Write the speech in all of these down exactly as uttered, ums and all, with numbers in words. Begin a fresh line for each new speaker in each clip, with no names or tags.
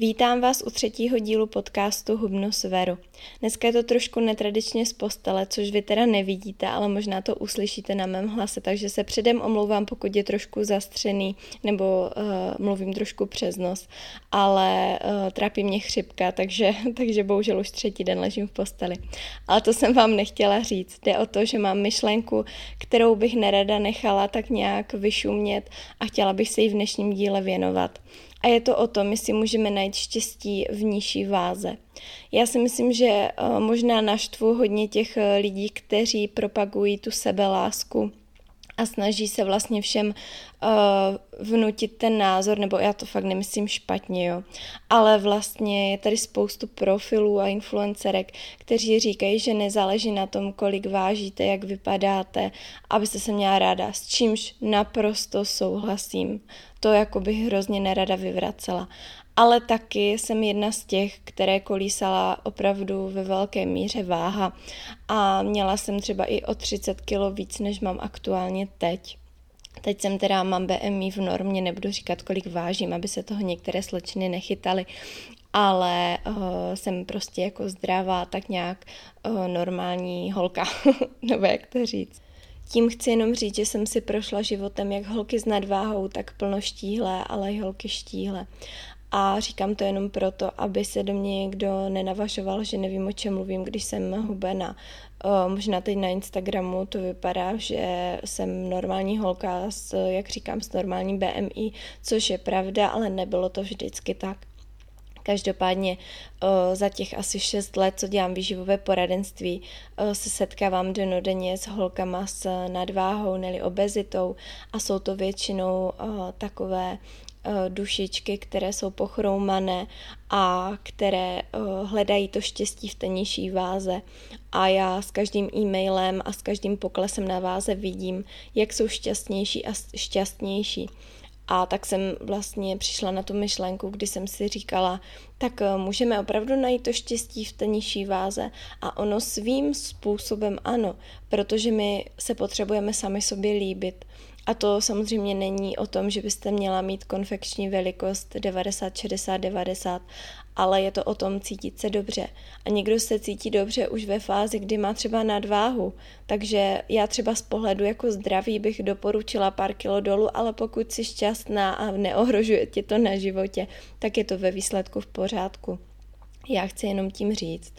Vítám vás u třetího dílu podcastu Hubnu s Veru. Dneska je to trošku netradičně z postele, což vy teda nevidíte, ale možná to uslyšíte na mém hlase, takže se předem omlouvám, pokud je trošku zastřený nebo uh, mluvím trošku přes nos, ale uh, trápí mě chřipka, takže, takže bohužel už třetí den ležím v posteli. Ale to jsem vám nechtěla říct. Jde o to, že mám myšlenku, kterou bych nerada nechala tak nějak vyšumět a chtěla bych se jí v dnešním díle věnovat. A je to o tom, jestli můžeme najít štěstí v nižší váze. Já si myslím, že možná naštvu hodně těch lidí, kteří propagují tu sebelásku a snaží se vlastně všem uh, vnutit ten názor, nebo já to fakt nemyslím špatně, jo. Ale vlastně je tady spoustu profilů a influencerek, kteří říkají, že nezáleží na tom, kolik vážíte, jak vypadáte, abyste se měla ráda, s čímž naprosto souhlasím. To jako bych hrozně nerada vyvracela. Ale taky jsem jedna z těch, které kolísala opravdu ve velké míře váha a měla jsem třeba i o třicet kilo víc, než mám aktuálně teď. Teď jsem teda, mám B M I v normě, nebudu říkat, kolik vážím, aby se toho některé slečny nechytaly, ale uh, jsem prostě jako zdravá, tak nějak uh, normální holka, nebo jak to říct. Tím chci jenom říct, že jsem si prošla životem jak holky s nadváhou, tak plnoštíhlé, ale i holky štíhlé. A říkám to jenom proto, aby se do mě někdo nenavažoval, že nevím, o čem mluvím, když jsem hubená. O, možná teď na Instagramu to vypadá, že jsem normální holka s, jak říkám, s normálním B M I, což je pravda, ale nebylo to vždycky tak. Každopádně o, za těch asi šest let, co dělám výživové poradenství, o, se setkávám dennodenně s holkama s nadváhou, neli obezitou a jsou to většinou o, takové dušičky, které jsou pochroumané a které uh, hledají to štěstí v té nižší váze. A já s každým e-mailem a s každým poklesem na váze vidím, jak jsou šťastnější a šťastnější. A tak jsem vlastně přišla na tu myšlenku, kdy jsem si říkala, tak uh, můžeme opravdu najít to štěstí v té nižší váze a ono svým způsobem ano, protože my se potřebujeme sami sobě líbit. A to samozřejmě není o tom, že byste měla mít konfekční velikost devadesát šedesát devadesát, ale je to o tom cítit se dobře. A někdo se cítí dobře už ve fázi, kdy má třeba nadváhu, takže já třeba z pohledu jako zdraví bych doporučila pár kilo dolů, ale pokud jsi šťastná a neohrožuje tě to na životě, tak je to ve výsledku v pořádku. Já chci jenom tím říct,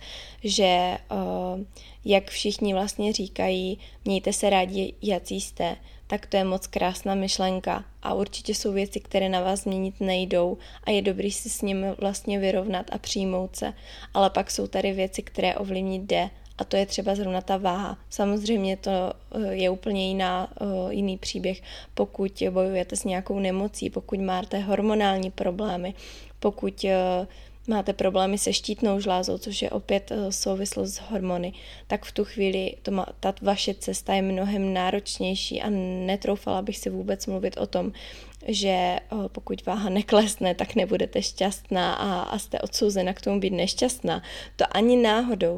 že uh, jak všichni vlastně říkají, mějte se rádi, jací jste, tak to je moc krásná myšlenka a určitě jsou věci, které na vás změnit nejdou a je dobrý si s nimi vlastně vyrovnat a přijmout se, ale pak jsou tady věci, které ovlivnit jde a to je třeba zrovna ta váha. Samozřejmě to je úplně jiná, jiný příběh, pokud bojujete s nějakou nemocí, pokud máte hormonální problémy, pokud máte problémy se štítnou žlázou, což je opět souvislost s hormony, tak v tu chvíli to má, ta vaše cesta je mnohem náročnější a netroufala bych si vůbec mluvit o tom, že pokud váha neklesne, tak nebudete šťastná a, a jste odsouzena k tomu být nešťastná. To ani náhodou.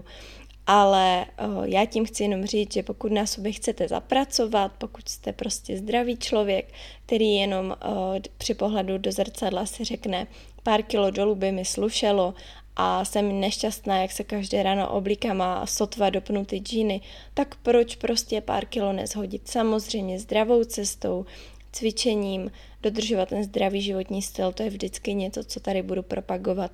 Ale o, já tím chci jenom říct, že pokud na sobě chcete zapracovat, pokud jste prostě zdravý člověk, který jenom o, při pohledu do zrcadla si řekne, pár kilo dolů by mi slušelo a jsem nešťastná, jak se každé ráno oblíkám a sotva dopnu ty džíny, tak proč prostě pár kilo nezhodit? Samozřejmě zdravou cestou, cvičením, dodržovat ten zdravý životní styl, to je vždycky něco, co tady budu propagovat.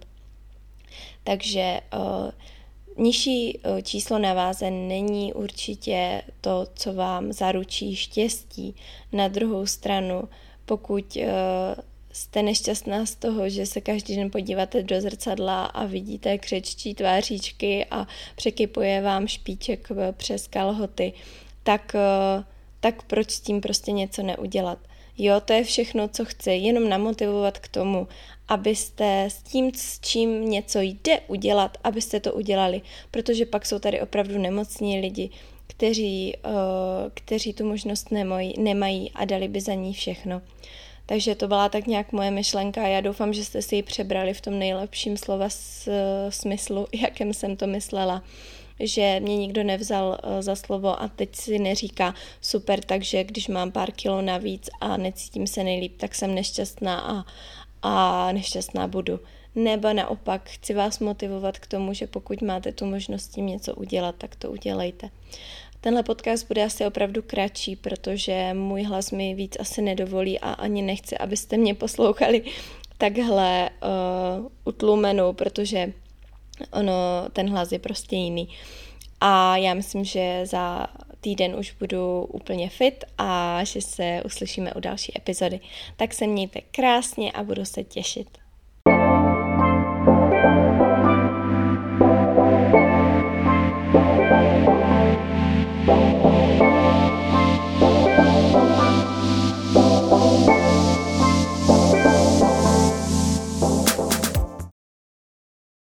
Takže o, nižší číslo na váze není určitě to, co vám zaručí štěstí. Na druhou stranu, pokud jste nešťastná z toho, že se každý den podíváte do zrcadla a vidíte křečtí tváříčky a překypuje vám špiček přes kalhoty, tak, tak proč s tím prostě něco neudělat? Jo, to je všechno, co chci, jenom namotivovat k tomu, abyste s tím, s čím něco jde udělat, abyste to udělali, protože pak jsou tady opravdu nemocní lidi, kteří, kteří tu možnost nemají, nemají a dali by za ní všechno. Takže to byla tak nějak moje myšlenka a já doufám, že jste si ji přebrali v tom nejlepším slova smyslu, jakém jsem to myslela. že mě nikdo nevzal za slovo a teď si neříká super, takže když mám pár kilo navíc a necítím se nejlíp, tak jsem nešťastná a, a nešťastná budu. Nebo naopak chci vás motivovat k tomu, že pokud máte tu možnost tím něco udělat, tak to udělejte. Tenhle podcast bude asi opravdu kratší, protože můj hlas mi víc asi nedovolí a ani nechci, abyste mě poslouchali takhle uh, utlumenou, protože ono, ten hlas je prostě jiný. A já myslím, že za týden už budu úplně fit a že se uslyšíme u další epizody. Tak se mějte krásně a budu se těšit.